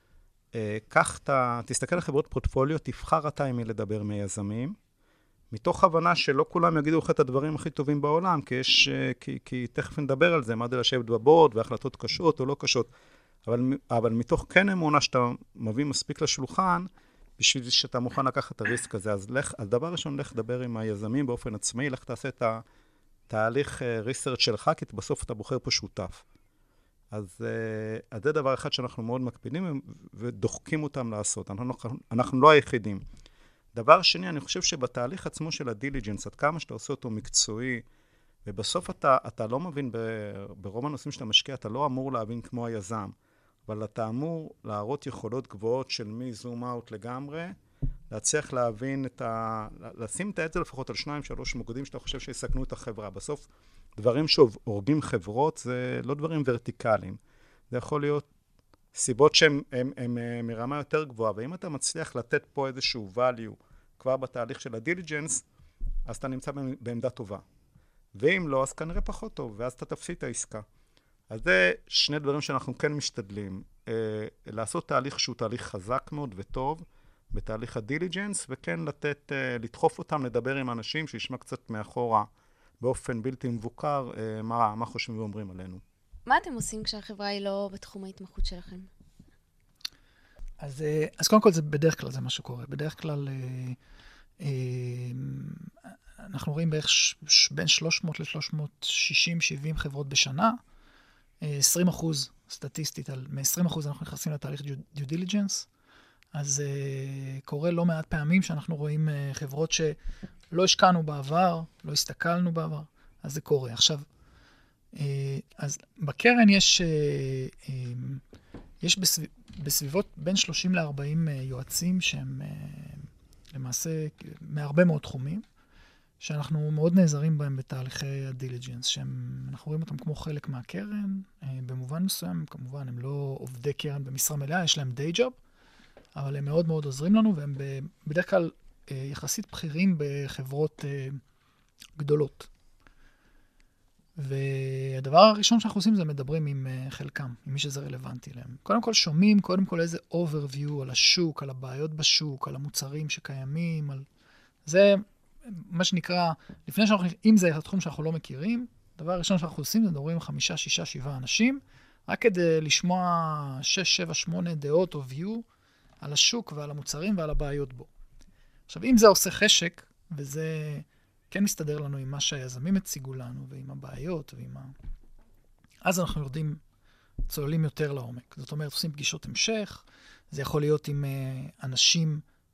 כך תסתכל על חברות פורטפוליו, תבחר אתה עם מי לדבר מיזמים, מתוך הבנה שלא כולם יגידו לך את הדברים הכי טובים בעולם, כי תכף נדבר על זה, מה זה לשבת בבורד, והחלטות קשות או לא קשות, אבל מתוך כן אמונה שאתה מביא מספיק לשולחן, בשביל שאתה מוכן לקחת את הריסק הזה. אז דבר ראשון, לך לדבר עם היזמים באופן עצמאי, לך תעשה את תהליך ריסרצ' שלך, כי בסוף אתה בוחר פה שותף. אז זה דבר אחד שאנחנו מאוד מקפידים ודוחקים אותם לעשות. אנחנו לא היחידים. דבר שני, אני חושב שבתהליך עצמו של הדיליג'נס, עד כמה שאתה עושה אותו מקצועי, ובסוף אתה לא מבין, ברוב הנושאים שאתה משקיע, אתה לא אמור להבין כמו היזם, אבל אתה אמור להראות יכולות גבוהות של מי-זום אאוט לגמרי, להצליח להבין לשים את העצל לפחות על 2-3 מוקדים שאתה חושב שיסכנו את החברה. בסוף, דברים שהורגים חברות זה לא דברים ורטיקליים. זה יכול להיות סיבות שהן מרמה יותר גבוהה, ואם אתה מצליח לתת פה איזשהו value כבר בתהליך של הדיליג'נס, אז אתה נמצא בעמדה טובה. ואם לא, אז כנראה פחות טוב, ואז אתה תפסיד את העסקה. אז זה שני דברים שאנחנו כן משתדלים. לעשות תהליך שהוא תהליך חזק מאוד וטוב, בתהליך הדיליג'נס, וכן לדחוף אותם, לדבר עם אנשים שישמע קצת מאחורה, באופן בלתי מבוקר, מה חושבים ואומרים עלינו. מה אתם עושים כשהחברה היא לא בתחום ההתמחות שלכם? אז קודם כל, בדרך כלל זה מה שקורה. בדרך כלל, אנחנו רואים בערך בין 300 ל-360, 70 חברות בשנה. 20% סטטיסטית, מ-20% אנחנו נכנסים לתהליך due diligence. אז קורה לא מעט פעמים שאנחנו רואים חברות שלא השקענו בעבר, לא הסתכלנו בעבר, אז זה קורה. עכשיו, אז בקרן יש בסביבות בין 30 ל-40 יועצים שהם למעשה מהרבה מאוד תחומים, שאנחנו מאוד נעזרים בהם בתהליכי הדיליג'נס, אנחנו רואים אותם כמו חלק מהקרן, במובן מסוים, כמובן, הם לא עובדי קרן במשרה מלאה, יש להם די ג'וב, אבל הם מאוד מאוד עוזרים לנו, והם בדרך כלל יחסית בכירים בחברות גדולות. והדבר הראשון שאנחנו עושים זה מדברים עם חלקם, עם מי שזה רלוונטי להם. קודם כל שומעים, קודם כל איזה overview על השוק, על הבעיות בשוק, על המוצרים שקיימים, על... זה מה שנקרא, לפני שאנחנו, אם זה התחום שאנחנו לא מכירים, הדבר הראשון שאנחנו עושים זה מדברים עם 5, 6, 7 אנשים, רק כדי לשמוע 6, 7, 8 דעות או view על השוק ועל המוצרים ועל הבעיות בו. עכשיו, אם זה עושה חשק, וזה כן מסתדר לנו עם מה שהיזמים הציגו לנו, ועם הבעיות, אז אנחנו יורדים, צוללים יותר לעומק. זאת אומרת, עושים פגישות המשך, זה יכול להיות עם אנשים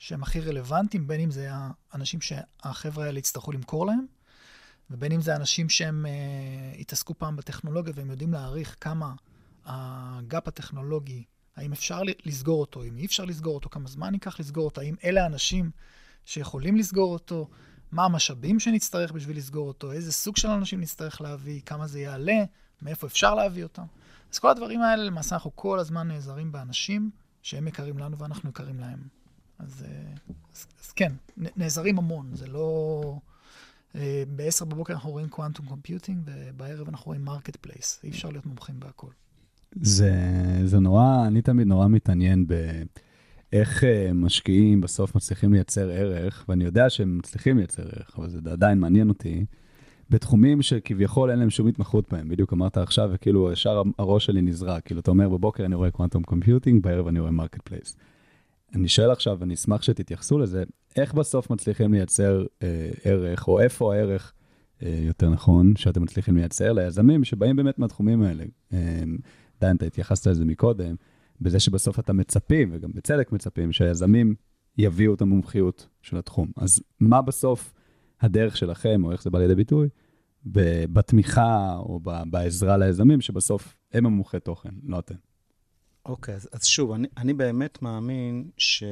שהם הכי רלוונטיים, בין אם זה האנשים שהחבר'ה האלה יצטרכו למכור להם, ובין אם זה אנשים שהם התעסקו פעם בטכנולוגיה, והם יודעים להעריך כמה הגאפ הטכנולוגי, האם אפשר לסגור אותו, אם אי אפשר לסגור אותו, כמה זמן ייקח לסגור אותו, האם אלה האנשים שיכולים לסגור אותו, מה המשאבים שנצטרך בשביל לסגור אותו, איזה סוג של אנשים נצטרך להביא, כמה זה יעלה, מאיפה אפשר להביא אותם. אז כל הדברים האלה, למעשה אנחנו כל הזמן נעזרים באנשים שהם יקרים לנו ואנחנו יקרים להם. אז כן, נעזרים המון, זה לא... ב-10 בבוקר אנחנו רואים quantum computing, ובערב אנחנו רואים marketplace. אי אפשר להיות מומחים בהכל. זה נורא, אני תמיד נורא מתעניין באיך משקיעים בסוף מצליחים לייצר ערך, ואני יודע שהם מצליחים לייצר ערך, אבל זה עדיין מעניין אותי, בתחומים שכביכול אין להם שום התמחות בהם. בדיוק אמרת עכשיו, וכאילו ישר הראש שלי נזרק. כאילו אתה אומר, בבוקר אני רואה quantum computing, בערב אני רואה marketplace. אני שואל עכשיו, ואני אשמח שתתייחסו לזה, איך בסוף מצליחים לייצר ערך, או איפה הערך, יותר נכון, שאתם מצליחים לייצר ליזמים שבאים באמת מהתחומים האלה. דיין, אתה התייחסת לזה מקודם, בזה שבסוף אתה מצפים, וגם בצדק מצפים, שהיזמים יביאו את המומחיות של התחום. אז מה בסוף הדרך שלכם, או איך זה בא לידי ביטוי, בתמיכה או בעזרה ליזמים, שבסוף הם המומחי תוכן, לא אתם? אוקיי, אז שוב, אני באמת מאמין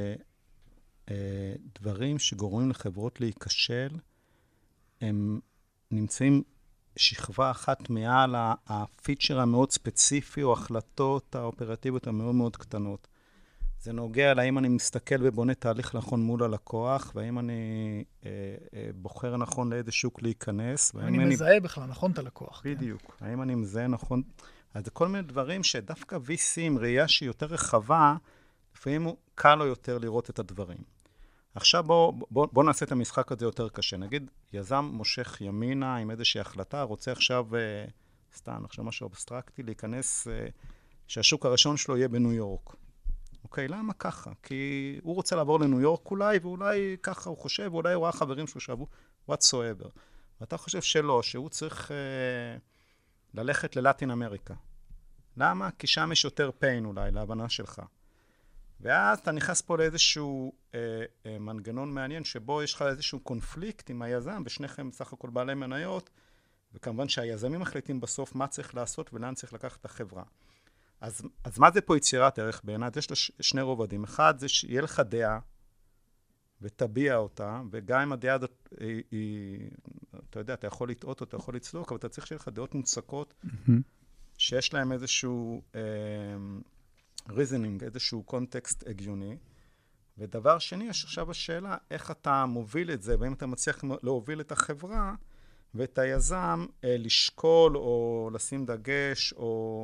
שדברים שגורמים לחברות להיכשל, הם נמצאים שכבה אחת מעל הפיצ'ר המאוד ספציפי, או החלטות האופרטיביות המאוד מאוד קטנות. זה נוגע להאם אני מסתכל ובונה תהליך נכון מול הלקוח, והאם אני בוחר נכון לאיזה שוק להיכנס. אני מזהה בכלל נכון את הלקוח. בדיוק. כן. האם אני מזהה נכון... אז זה כל מיני דברים שדווקא VC עם ראייה שהיא יותר רחבה, לפעמים קל לו יותר לראות את הדברים. עכשיו בוא נעשה את המשחק הזה יותר קשה. נגיד, יזם מושך ימינה עם איזושהי החלטה, רוצה עכשיו, סתם, עכשיו משהו אבסטרקטי, להיכנס, שהשוק הראשון שלו יהיה בניו יורק. אוקיי, למה ככה? כי הוא רוצה לעבור לניו יורק אולי, ואולי ככה הוא חושב, ואולי הוא ראה חברים שלו שעבו, whatsoever. ואתה חושב שלא, שהוא צריך ללכת ללטין אמריקה. למה? כי שם יש יותר pain אולי, להבנה שלך. ואז אתה נכנס פה לאיזשהו מנגנון מעניין, שבו יש לך איזשהו קונפליקט עם היזם, ושניכם סך הכל בעלי מניות, וכמובן שהיזמים מחליטים בסוף מה צריך לעשות ולאן צריך לקחת את החברה. אז מה זה פה יצירת ערך בעיניי? יש לה שני רובדים. אחד זה שיהיה לך דעה, ותביע אותה, וגם אם הדעה הזאת היא, אתה יודע, אתה יכול לטעות או אתה יכול לצלוק, אבל אתה צריך שיהיה לך דעות מוצקות, שיש להם איזשהו reasoning, איזשהו קונטקסט הגיוני. ודבר שני, יש עכשיו השאלה, איך אתה מוביל את זה, ואם אתה מצליח להוביל את החברה, ואת היזם לשקול או לשים דגש,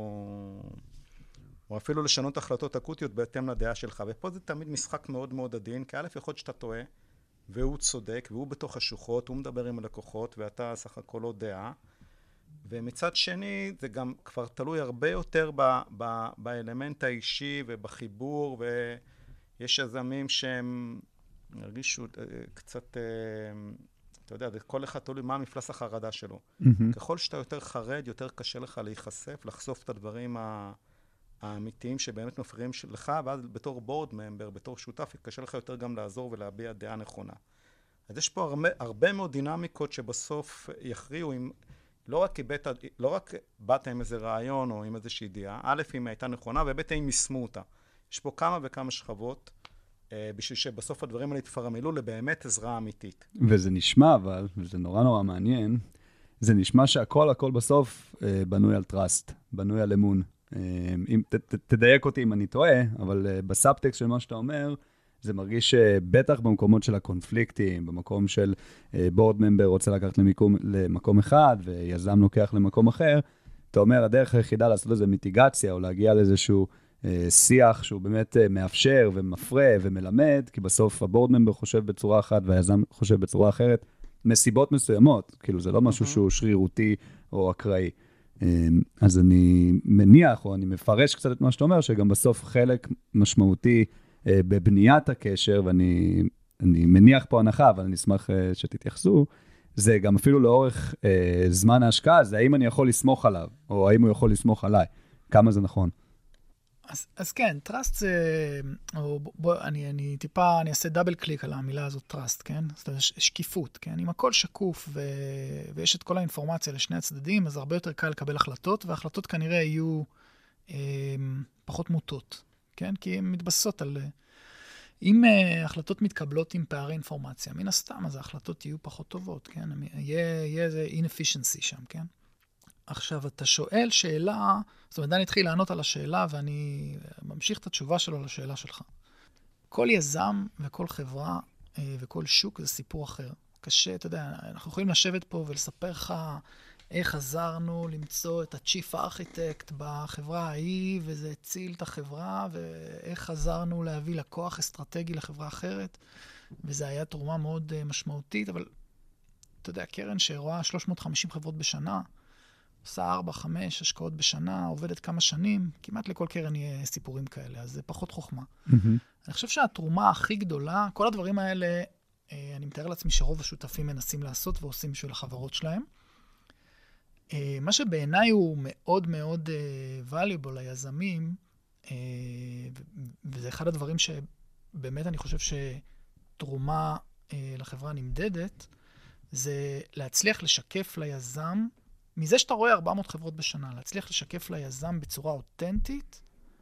או אפילו לשנות החלטות אקוטיות בהתאם לדעה שלך. ופה זה תמיד משחק מאוד מאוד עדין, כי א' יכול להיות שאתה טועה, והוא צודק, והוא בתוך השוחות, הוא מדבר עם הלקוחות, ואתה סך הכל לא דעה. ומצד שני, זה גם כבר תלוי הרבה יותר באלמנט האישי ובחיבור, ויש יזמים שהם הרגישו קצת, אתה יודע, כל אחד תלוי מה מפלס החרדה שלו. ככל שאתה יותר חרד, יותר קשה לך להיחשף, לחשוף את הדברים האמיתיים שבאמת מפריעים לך, ואז בתור בורד ממבר, בתור שותף, קשה לך יותר גם לעזור ולהביע דעה נכונה. אז יש פה הרבה מאוד דינמיקות שבסוף יכריעו עם, לא רק באת עם איזה רעיון או עם איזושהי דעה, א' אם הייתה נכונה, וב' אם יישמו אותה. יש פה כמה וכמה שכבות, בשביל שבסוף הדברים האלה יתפרמלו לבאמת עזרה אמיתית. וזה נשמע, אבל, וזה נורא נורא מעניין, זה נשמע שהכל בסוף בנוי על טראסט, בנוי על אמון. אם תדייק אותי אם אני טועה, אבל בסאבטקסט של מה שאתה אומר, זה מרגיש שבטח במקומות של הקונפליקטים, במקום של בורד ממבר רוצה לקחת למקום אחד, ויזם לוקח למקום אחר, אתה אומר, הדרך היחידה לעשות לזה מיטיגציה, או להגיע לאיזשהו שיח שהוא באמת מאפשר ומפרה ומלמד, כי בסוף הבורד ממבר חושב בצורה אחת, והיזם חושב בצורה אחרת, מסיבות מסוימות, כאילו זה לא משהו שהוא שרירותי או אקראי. אז אני מניח, או אני מפרש קצת את מה שאתה אומר, שגם בסוף חלק משמעותי בבניית הקשר, ואני מניח פה הנחה, אבל אני אשמח שתתייחסו, זה גם אפילו לאורך זמן ההשקעה, זה האם אני יכול לסמוך עליו, או האם הוא יכול לסמוך עליי. כמה זה נכון? אז כן, טראסט זה, אני טיפה, אני אעשה דאבל קליק על המילה הזאת, טראסט, כן? זאת אומרת, שקיפות, כן? אם הכל שקוף ויש את כל האינפורמציה לשני הצדדים, אז הרבה יותר קל לקבל החלטות, וההחלטות כנראה יהיו פחות מוטות, כן? כי הן מתבססות על... אם החלטות מתקבלות עם פערי אינפורמציה, מן הסתם, אז ההחלטות יהיו פחות טובות, כן? יהיה איזה inefficiency שם, כן? עכשיו, אתה שואל שאלה, זאת אומרת, דני התחיל לענות על השאלה, ואני ממשיך את התשובה שלו לשאלה שלך. כל יזם וכל חברה וכל שוק זה סיפור אחר. קשה, אתה יודע, אנחנו יכולים לשבת פה ולספר לך איך עזרנו למצוא את ה-Chief Architect בחברה ההיא, וזה הציל את החברה, ואיך עזרנו להביא לקוח אסטרטגי לחברה אחרת, וזה היה תרומה מאוד משמעותית, אבל אתה יודע, קרן שרואה 350 חברות בשנה, עושה 4-5 השקעות בשנה, עובדת כמה שנים, כמעט לכל קרן יהיה סיפורים כאלה, אז זה פחות חוכמה. אני חושב שהתרומה הכי גדולה, כל הדברים האלה, אני מתאר לעצמי שרוב השותפים מנסים לעשות ועושים בשביל החברות שלהם. מה שבעיניי הוא מאוד מאוד valuable ליזמים, וזה אחד הדברים שבאמת אני חושב שתרומה לחברה נמדדת, זה להצליח לשקף ליזם, מזה שאתה רואה 400 חברות בשנה, להצליח לשקף ליזם בצורה אותנטית,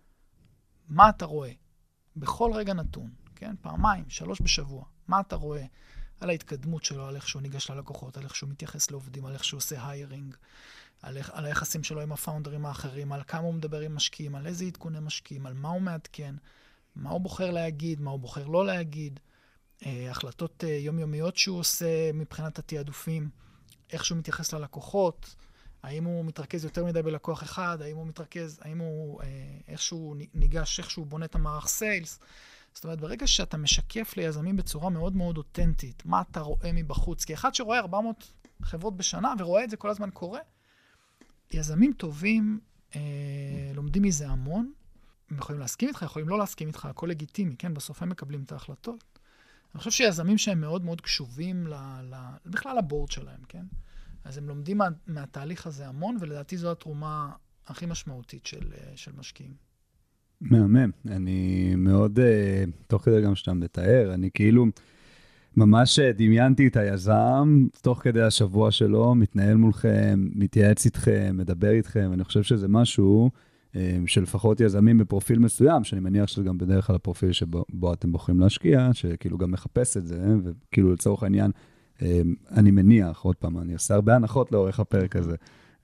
מה אתה רואה? בכל רגע נתון, כן? 2-3 בשבוע. מה אתה רואה? על ההתקדמות שלו, על איך שהוא ניגש ללקוחות, על איך שהוא מתייחס לעובדים, על איך שהוא עושה היירינג, על היחסים שלו עם הפאונדרים האחרים, על כמה הוא מדבר עם משקיעים, על איזה עדכוני משקיעים, על מה הוא מעדכן, מה הוא בוחר להגיד, מה הוא בוחר לא להגיד, החלטות יומיומיות שהוא עושה מבחינת התיעדופים, איך שהוא מתייחס ללקוחות, האם הוא מתרכז יותר מדי בלקוח אחד, האם הוא איך שהוא ניגש, איך שהוא בונה את המערך סיילס. זאת אומרת, ברגע שאתה משקף ליזמים בצורה מאוד מאוד אותנטית, מה אתה רואה מבחוץ? כי אחד שרואה 400 חברות בשנה ורואה את זה כל הזמן קורה, יזמים טובים לומדים מזה המון, הם יכולים להסכים איתך, יכולים לא להסכים איתך, הכל לגיטימי, כן? בסוף הם מקבלים את ההחלטות. אני חושב שיזמים שהם מאוד מאוד קשובים בכלל לבורד שלהם, כן? אז הם לומדים מהתהליך הזה המון, ולדעתי זו התרומה הכי משמעותית של משקיעים. מהמם. אני מאוד, תוך כדי גם שאתה מתאר, אני כאילו ממש דמיינתי את היזם, תוך כדי השבוע שלו, מתנהל מולכם, מתייעץ איתכם, מדבר איתכם, אני חושב שזה משהו שלפחות יזמים בפרופיל מסוים, שאני מניח שזה גם בדרך כלל הפרופיל שבו אתם בוחרים להשקיע, שכאילו גם מחפש את זה, וכאילו לצורך העניין, אני מניח, עוד פעם, אני עושה הרבה הנחות לאורך הפרק הזה,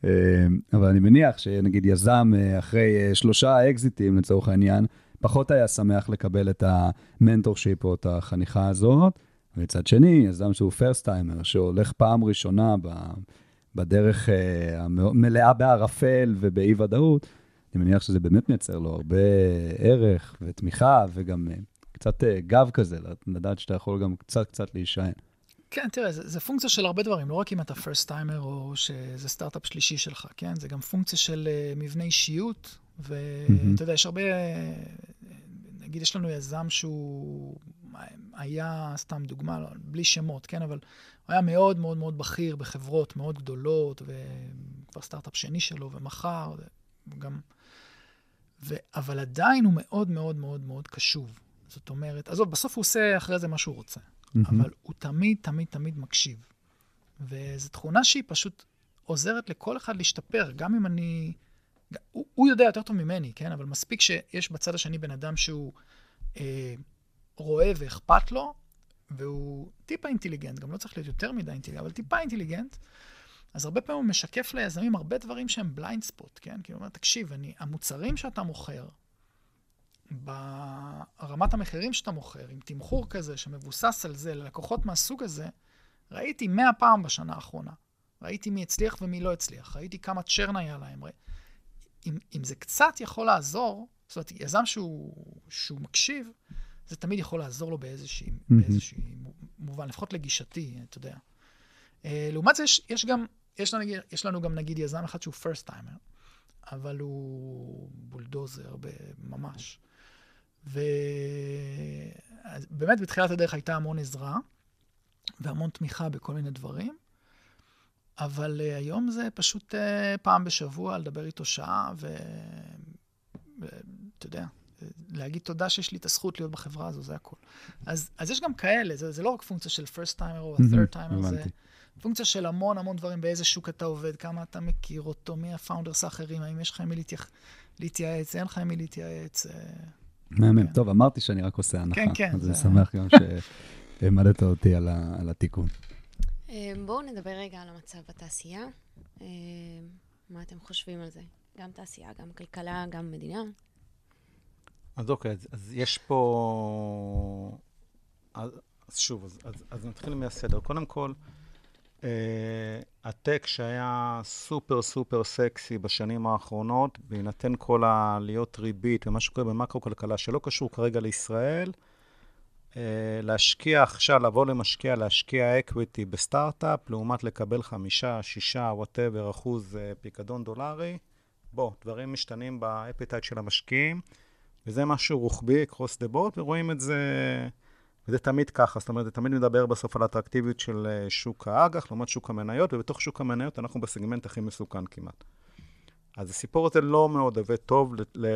אבל אני מניח שנגיד יזם אחרי 3 אקזיטים לצורך העניין, פחות היה שמח לקבל את המנטורשיפ או את החניכה הזאת, ומצד שני, יזם שהוא פרסט טיימר, שהולך פעם ראשונה בדרך המלאה בערפל ובאי ודאות, אני מניח שזה באמת מייצר לו הרבה ערך ותמיכה, וגם קצת גב כזה, לדעת שאתה יכול גם קצת להישען. כן, תראה, זה פונקציה של הרבה דברים, לא רק אם אתה first timer או שזה סטארט-אפ שלישי שלך, כן? זה גם פונקציה של מבנה אישיות, ואתה יודע, יש הרבה, נגיד, יש לנו יזם שהוא היה, סתם דוגמה, בלי שמות, כן? אבל הוא היה מאוד מאוד מאוד בכיר בחברות מאוד גדולות, וכבר סטארט-אפ שני שלו, ומחר, גם... אבל עדיין הוא מאוד מאוד מאוד מאוד קשוב. זאת אומרת, עזוב, בסוף הוא עושה אחרי זה מה שהוא רוצה. אבל הוא תמיד, תמיד, תמיד מקשיב. וזו תכונה שהיא פשוט עוזרת לכל אחד להשתפר, גם אם אני... הוא יודע יותר טוב ממני, כן? אבל מספיק שיש בצד השני בן אדם שהוא רואה ואכפת לו, והוא טיפה אינטליגנט, גם לא צריך להיות יותר מדי אינטליגנט, אבל טיפה אינטליגנט, אז הרבה פעמים הוא משקף ליזמים הרבה דברים שהם בליינד ספוט, כן? כי הוא אומר, תקשיב, המוצרים שאתה מוכר, ברמת המחירים שאתה מוכר, עם תמחור כזה שמבוסס על זה, ללקוחות מהסוג הזה, ראיתי 100 פעם בשנה האחרונה. ראיתי מי הצליח ומי לא הצליח. ראיתי כמה צ'רן היה להם. אם זה קצת יכול לעזור, זאת אומרת, יזם שהוא מקשיב, זה תמיד יכול לעזור לו באיזושהי מובן, לפחות לגישתי, אתה יודע. לעומת זה, יש לנו גם נגיד יזם אחד שהוא first timer, אבל הוא בולדוזר ממש. ובאמת בתחילת הדרך הייתה המון עזרה, והמון תמיכה בכל מיני דברים, אבל היום זה פשוט פעם בשבוע לדבר איתו שעה, אתה יודע, להגיד תודה שיש לי את הזכות להיות בחברה הזו, זה הכל. אז יש גם כאלה, זה לא רק פונקציה של first timer או third timer, זה פונקציה של המון המון דברים, באיזה שוק אתה עובד, כמה אתה מכיר אותו, מי הפאונדרס האחרים, האם יש לך עם מי להתייעץ, אין לך עם מי להתייעץ. מהמם, טוב, אמרתי שאני רק עושה הנחה. כן. אז אני שמח גם שהעמדת אותי על התיקון. בואו נדבר רגע על המצב בתעשייה. מה אתם חושבים על זה? גם תעשייה, גם כלכלה, גם מדינה. אז אוקיי, אז יש פה... אז שוב, אז נתחיל מהסדר. קודם כל, הטק שהיה סופר סופר סקסי בשנים האחרונות, בהינתן כל העליות ריבית ומה שקורה במקרו-כלכלה שלא קשור כרגע לישראל, להשקיע עכשיו, לבוא למשקיע, להשקיע אקוויטי בסטארט-אפ, לעומת לקבל 5, 6, whatever, אחוז פיקדון דולרי. בוא, דברים משתנים באפיטייט של המשקיעים, וזה משהו רוחבי, קרוס דה בורד, ורואים את זה, וזה תמיד ככה, זאת אומרת, זה תמיד מדבר בסוף על האטרקטיביות של שוק האג"ח, לעומת שוק המניות, ובתוך שוק המניות אנחנו בסגמנט הכי מסוכן כמעט. אז הסיפור הזה לא מאוד עובד טוב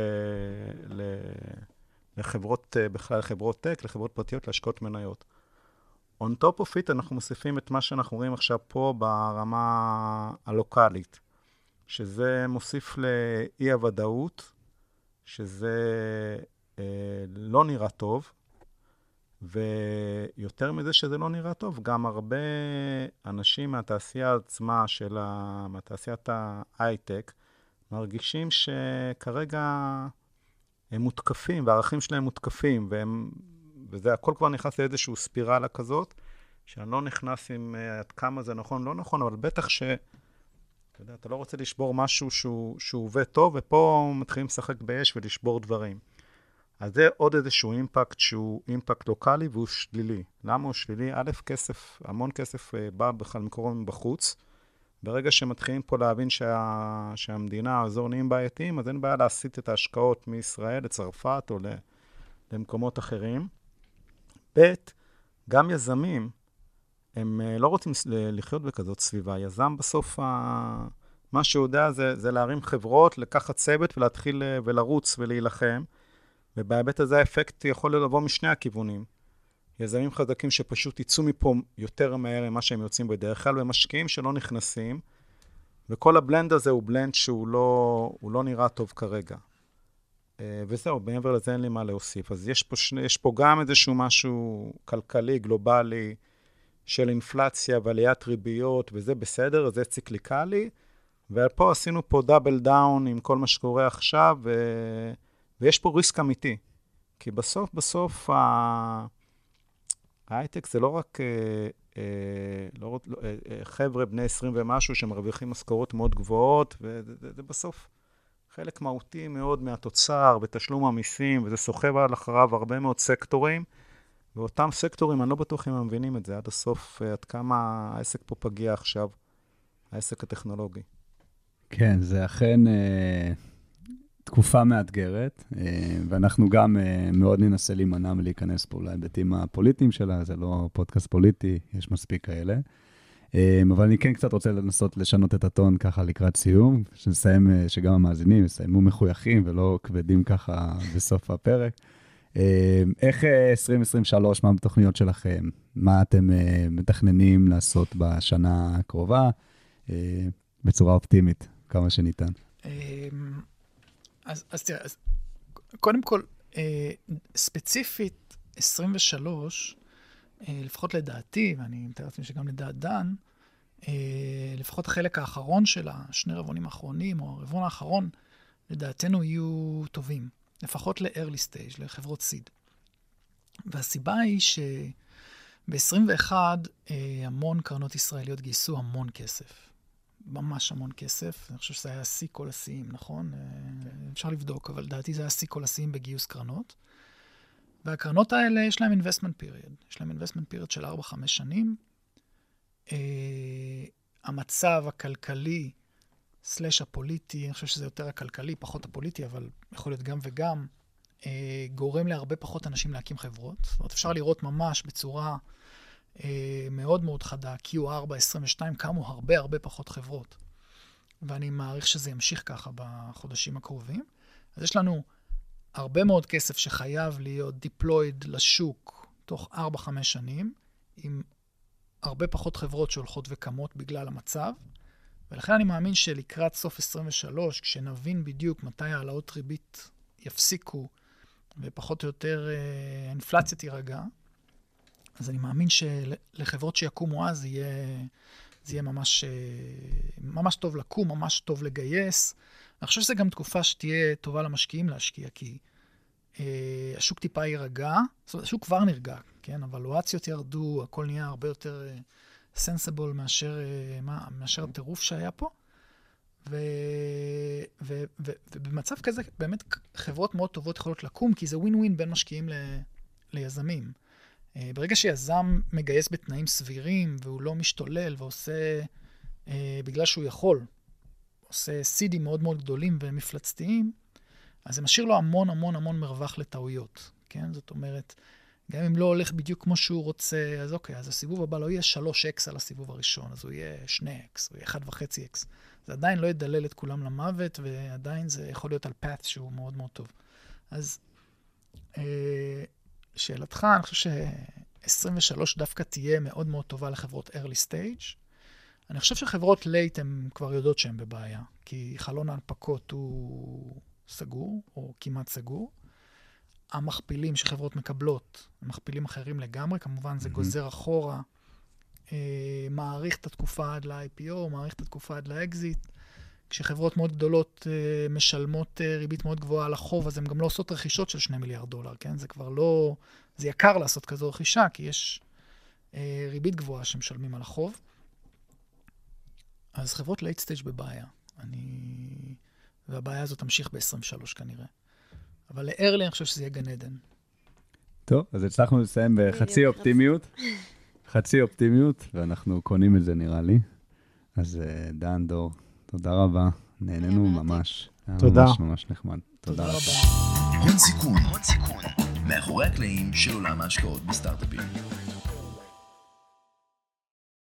לחברות, בכלל לחברות טק, לחברות פרטיות, להשקעות מניות. On top of it, אנחנו מוסיפים את מה שאנחנו רואים עכשיו פה ברמה הלוקלית, שזה מוסיף לאי הוודאות, שזה לא נראה טוב, ויותר מזה שזה לא נראה טוב, גם הרבה אנשים מהתעשייה עצמה, מהתעשיית ההייטק, מרגישים שכרגע הם מותקפים, והערכים שלהם מותקפים, וזה הכל כבר נכנס לאיזשהו ספירלה כזאת, שאני לא נכנס עם עד כמה זה נכון, לא נכון, אבל בטח אתה יודע, אתה לא רוצה לשבור משהו שהוא עובד טוב, ופה מתחילים לשחק באש ולשבור דברים. אז זה עוד איזשהו אימפקט שהוא אימפקט לוקלי והוא שלילי. למה הוא שלילי? א', כסף, המון כסף בא בכלל מקורות בחוץ. ברגע שמתחילים פה להבין שהמדינה, האזור נהיים בעייתיים, אז אין בעיה להסיט את ההשקעות מישראל לצרפת או למקומות אחרים. ב', גם יזמים, הם לא רוצים לחיות בכזאת סביבה. יזם בסוף, מה שהוא יודע זה להרים חברות, לקחת צוות ולהתחיל ולרוץ ולהילחם. ובהיבט הזה האפקט יכול לבוא משני הכיוונים. יזמים חזקים שפשוט יצאו מפה יותר מהר ממה שהם יוצאים בדרך כלל, ומשקיעים שלא נכנסים, וכל הבלנד הזה הוא בלנד שהוא לא נראה טוב כרגע. וזהו, מעבר לזה אין לי מה להוסיף. אז יש פה גם איזשהו משהו כלכלי, גלובלי, של אינפלציה ועליית ריביות, וזה בסדר, זה ציקליקלי, ופה עשינו פה דאבל דאון עם כל מה שקורה עכשיו, ויש פה ריסק אמיתי. כי בסוף ההייטק זה לא רק חבר'ה בני 20 ומשהו שמרוויחים משכורות מאוד גבוהות, וזה בסוף חלק מהותי מאוד מהתוצר ותשלום המיסים, וזה סוחב על אחריו הרבה מאוד סקטורים, ואותם סקטורים, אני לא בטוח אם הם מבינים את זה עד הסוף, עד כמה העסק פה פגיע עכשיו, העסק הטכנולוגי. כן, זה אכן תקופה מאתגרת, ואנחנו גם מאוד ננסה להימנע מלהיכנס פה להיבטים הפוליטיים שלה, זה לא פודקאסט פוליטי, יש מספיק כאלה. אבל אני כן קצת רוצה לנסות לשנות את הטון ככה לקראת סיום, שגם המאזינים יסיימו מחויכים ולא כבדים ככה בסוף הפרק. איך 2023, מה התוכניות שלכם? מה אתם מתכננים לעשות בשנה הקרובה? בצורה אופטימית, כמה שניתן. אז תראה, קודם כל, ספציפית 23, לפחות לדעתי, ואני מתאר לעצמי שגם לדעת דן, לפחות החלק האחרון של השני רבעונים האחרונים, או הרבעון האחרון, לדעתנו יהיו טובים. לפחות ל-early stage, לחברות סיד. והסיבה היא שב-21 המון קרנות ישראליות גייסו המון כסף. ממש המון כסף. אני חושב שזה היה שיא כל השיאים, נכון? אפשר לבדוק, אבל לדעתי זה היה שיא כל השיאים בגיוס קרנות. והקרנות האלה יש להם investment period. יש להם investment period של 4-5 שנים. המצב הכלכלי סלש הפוליטי, אני חושב שזה יותר הכלכלי, פחות הפוליטי, אבל יכול להיות גם וגם, גורם להרבה פחות אנשים להקים חברות. זאת אומרת, אפשר לראות ממש בצורה מאוד מאוד חדה, Q4, 22, קמו הרבה פחות חברות. ואני מעריך שזה ימשיך ככה בחודשים הקרובים. אז יש לנו הרבה מאוד כסף שחייב להיות deployed לשוק תוך 4-5 שנים, עם הרבה פחות חברות שהולכות וקמות בגלל המצב, ולכן אני מאמין שלקראת סוף 23, כשנבין בדיוק מתי העלאות ריבית יפסיקו, ופחות או יותר האינפלציה תירגע, אז אני מאמין שלחברות שיקומו אז זה יהיה ממש טוב לקום, ממש טוב לגייס. אני חושב שזה גם תקופה שתהיה טובה למשקיעים להשקיע, כי השוק טיפה יירגע, זאת אומרת, השוק כבר נרגע, כן? הוולואציות ירדו, הכל נהיה הרבה יותר סנסיבול מאשר הטירוף שהיה פה. ובמצב כזה, באמת חברות מאוד טובות יכולות לקום, כי זה ווין ווין בין משקיעים ליזמים. ברגע שיזם מגייס בתנאים סבירים, והוא לא משתולל ועושה, בגלל שהוא יכול, עושה סידים מאוד מאוד גדולים ומפלצתיים, אז זה משאיר לו המון המון המון מרווח לטעויות, כן? זאת אומרת, גם אם לא הולך בדיוק כמו שהוא רוצה, אז אוקיי, אז הסיבוב הבא לא יהיה 3x על הסיבוב הראשון, אז הוא יהיה 2x, הוא יהיה 1.5x. זה עדיין לא ידלל את כולם למוות, ועדיין זה יכול להיות על path שהוא מאוד מאוד טוב. אז שאלתך, אני חושב ש-23 דווקא תהיה מאוד מאוד טובה לחברות early stage. אני חושב שחברות late הן כבר יודעות שהן בבעיה, כי חלון ההנפקות הוא סגור, או כמעט סגור. המכפילים שחברות מקבלות, הם מכפילים אחרים לגמרי, כמובן זה גוזר אחורה, מעריך את התקופה עד ל-IPO, מעריך את התקופה עד לאקזיט. כשחברות מאוד גדולות משלמות ריבית מאוד גבוהה על החוב, אז הן גם לא עושות רכישות של $2 מיליארד, כן? זה כבר לא, זה יקר לעשות כזו רכישה, כי יש ריבית גבוהה שמשלמים על החוב. אז חברות late stage בבעיה. והבעיה הזאת תמשיך ב-23 כנראה. אבל ל-early אני חושב שזה יהיה גן עדן. טוב, אז הצלחנו לסיים בחצי אופטימיות. חצי אופטימיות, ואנחנו קונים את זה נראה לי. אז דן, דור, תודה רבה. נהנינו ממש. תודה. ממש ממש נחמד. תודה רבה. הון סיכון, מאחורי הקלעים של עולם ההשקעות בסטארט-אפים.